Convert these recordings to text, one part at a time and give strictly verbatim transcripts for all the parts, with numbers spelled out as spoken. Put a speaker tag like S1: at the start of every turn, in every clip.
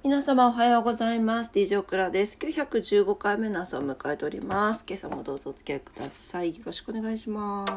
S1: 皆様おはようございます。 ディージェー オクラです。きゅうひゃくじゅうごかいめの朝を迎えております。今朝もどうぞお付き合いください。よろしくお願いします。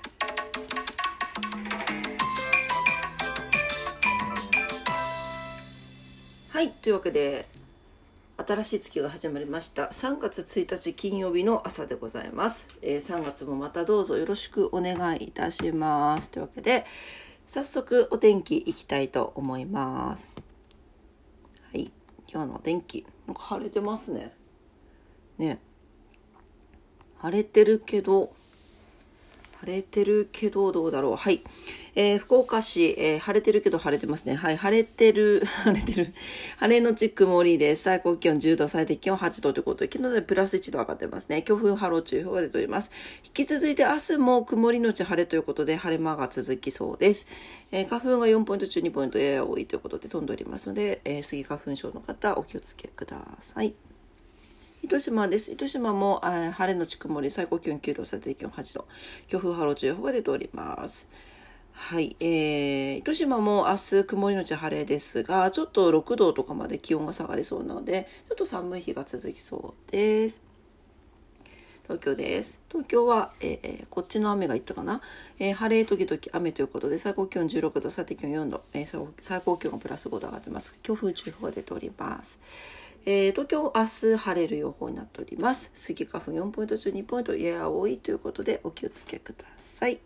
S1: はい、というわけで新しい月が始まりました。さんがつついたち金曜日の朝でございます。えー、さんがつもまたどうぞよろしくお願いいたします。というわけで早速お天気いきたいと思います。はい、今日のお天気なんか晴れてますね。ね、晴れてるけど晴れてるけどどうだろう。はい、えー、福岡市、えー、晴れてるけど晴れてますね。はい、晴れてる晴れてる晴れのち曇りです。最高気温じゅうど、最低気温はちどということで、昨日でプラスいちど上がってますね。強風波浪注意報が出ております。引き続いて明日も曇りのち晴れということで晴れ間が続きそうです。えー、花粉がよんポイント中にポイントやや多いということで飛んでおりますので、えー、スギ花粉症の方お気をつけください。糸島です。糸島も晴れのち曇り、最高気温きゅうど、最低気温はちど、強風波浪注意報が出ております。はい、えー、糸島も明日曇りのち晴れですが、ちょっとろくどとかまで気温が下がりそうなので、ちょっと寒い日が続きそうです。東京です。東京は、えー、こっちの雨がいったかな、えー、晴れ時々雨ということで、最高気温じゅうろくど、最低気温よんど、えー、最高気温がプラスごど上がってます。強風注意報が出ております。えー、東京明日晴れる予報になっております。スギ花粉よんポイント中にポイントやや多いということでお気をつけください。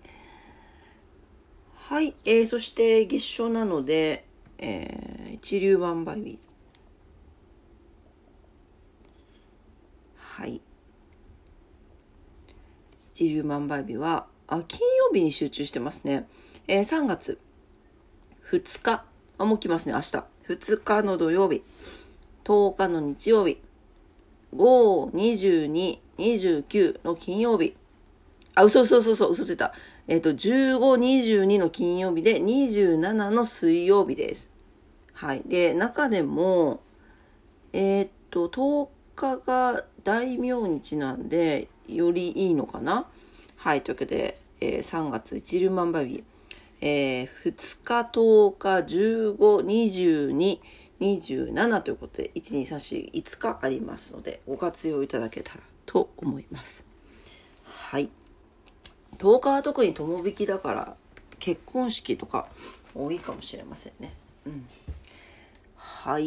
S1: はい、えー、そして月初なので、えー、一粒万倍日。はい、一粒万倍日はあ金曜日に集中してますね。えー、さんがつふつか、あもう来ますね。明日ふつかの土曜日、とおかの日曜日、ご、にじゅうに、にじゅうきゅうの金曜日、あ、嘘嘘嘘嘘嘘ついた。えっと、じゅうご、にじゅうにの金曜日でにじゅうななの水曜日です。はい。で、中でも、えー、っと、とおかが大明日なんで、よりいいのかな。はい。というわけで、えー、さんがつ一粒万倍日、えー、ふつか、とおか、じゅうご、にじゅうに、にじゅうななということで、いち、に、さん、よん、いつかありますので、ご活用いただけたらと思います。はい。とおかは特に友引きだから結婚式とか多いかもしれませんね。うん、はい。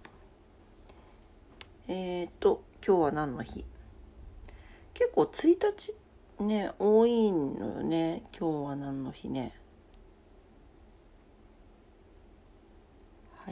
S1: えっ、ー、と今日は何の日？結構ついたちね多いのよね。今日は何の日ね。はい。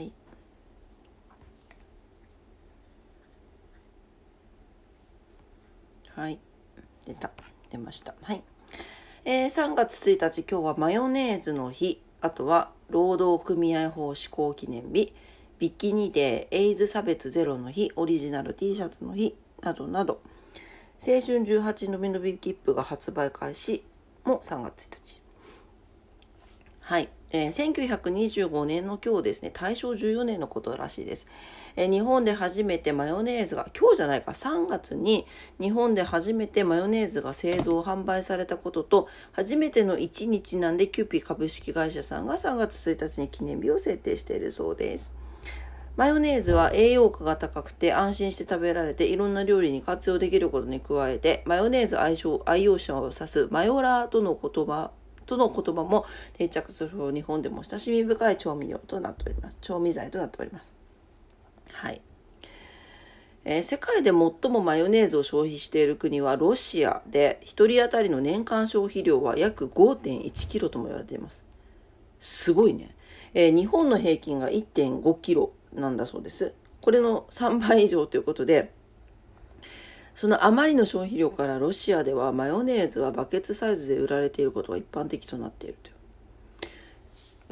S1: はい。出た。出ました。はい。えー、さんがつついたち、今日はマヨネーズの日、あとは労働組合法施行記念日、ビキニデー、エイズ差別ゼロの日、オリジナル T シャツの日などなど、青春じゅうはちのびのび切符が発売開始もさんがつついたち。はい、えー、せんきゅうひゃくにじゅうごねんの今日ですね、大正じゅうよねんのことらしいです。えー、日本で初めてマヨネーズが、今日じゃないか、さんがつに日本で初めてマヨネーズが製造販売されたことと、初めてのいちにちなんでキューピー株式会社さんがさんがつついたちに記念日を設定しているそうです。マヨネーズは栄養価が高くて安心して食べられていろんな料理に活用できることに加えて、マヨネーズ愛称愛用者を指すマヨラーとの言葉との言葉も定着するほど日本でも親しみ深い調味料となっております。調味剤となっております。はい。えー、世界で最もマヨネーズを消費している国はロシアで、ひとり当たりの年間消費量は約 ごてんいちキロとも言われています。すごいね。えー、日本の平均が いってんごキロなんだそうです。これのさんばい以上ということで、そのあまりの消費量からロシアではマヨネーズはバケツサイズで売られていることが一般的となっているという。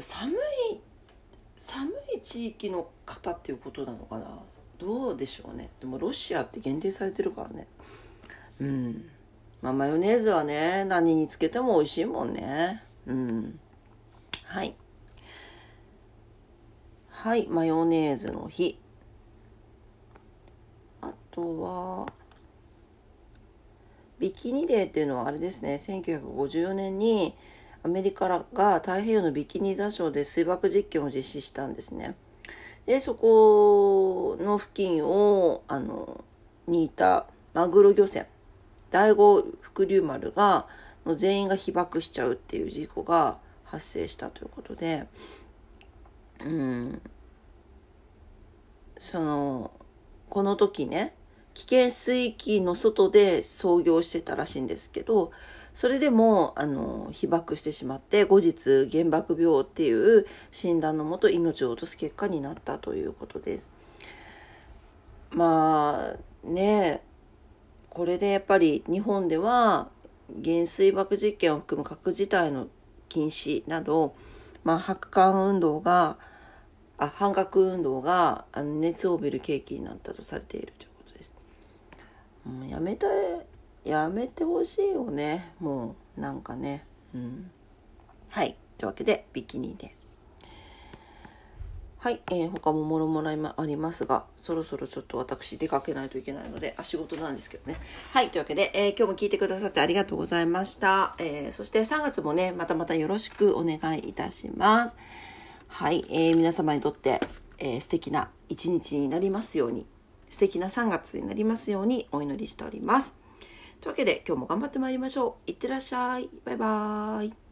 S1: 寒い寒い地域の方っていうことなのかな。どうでしょうね。でもロシアって限定されてるからね。うん。まあマヨネーズはね、何につけても美味しいもんね。うん。はい。はい、マヨネーズの日。あとはビキニデーっていうのはあれですね、せんきゅうひゃくごじゅうよねんにアメリカが太平洋のビキニ座礁で水爆実験を実施したんですね。 でそこの付近をあのにいたマグロ漁船第五福竜丸がの全員が被爆しちゃうっていう事故が発生したということで、うんそのこの時ね危険水域の外で操業してたらしいんですけど、それでもあの被爆してしまって後日原爆病っていう診断のもと命を落とす結果になったということです。まあねこれでやっぱり日本では原水爆実験を含む核自体の禁止など、まあ、白韓運動があ反核運動があの熱を帯びる契機になったとされているということです。もうやめてやめてほしいよね、もうなんかね、うん、はいというわけでビキニではい、えー、他ももろもろありますが、そろそろちょっと私出かけないといけないので、あ仕事なんですけどね。はい、というわけで、えー、今日も聞いてくださってありがとうございました。えー、そしてさんがつもね、またまたよろしくお願いいたします。はい、えー、皆様にとって、えー、素敵な一日になりますように、素敵なさんがつになりますようにお祈りしております。というわけで、今日も頑張ってまいりましょう。いってらっしゃい。バイバーイ。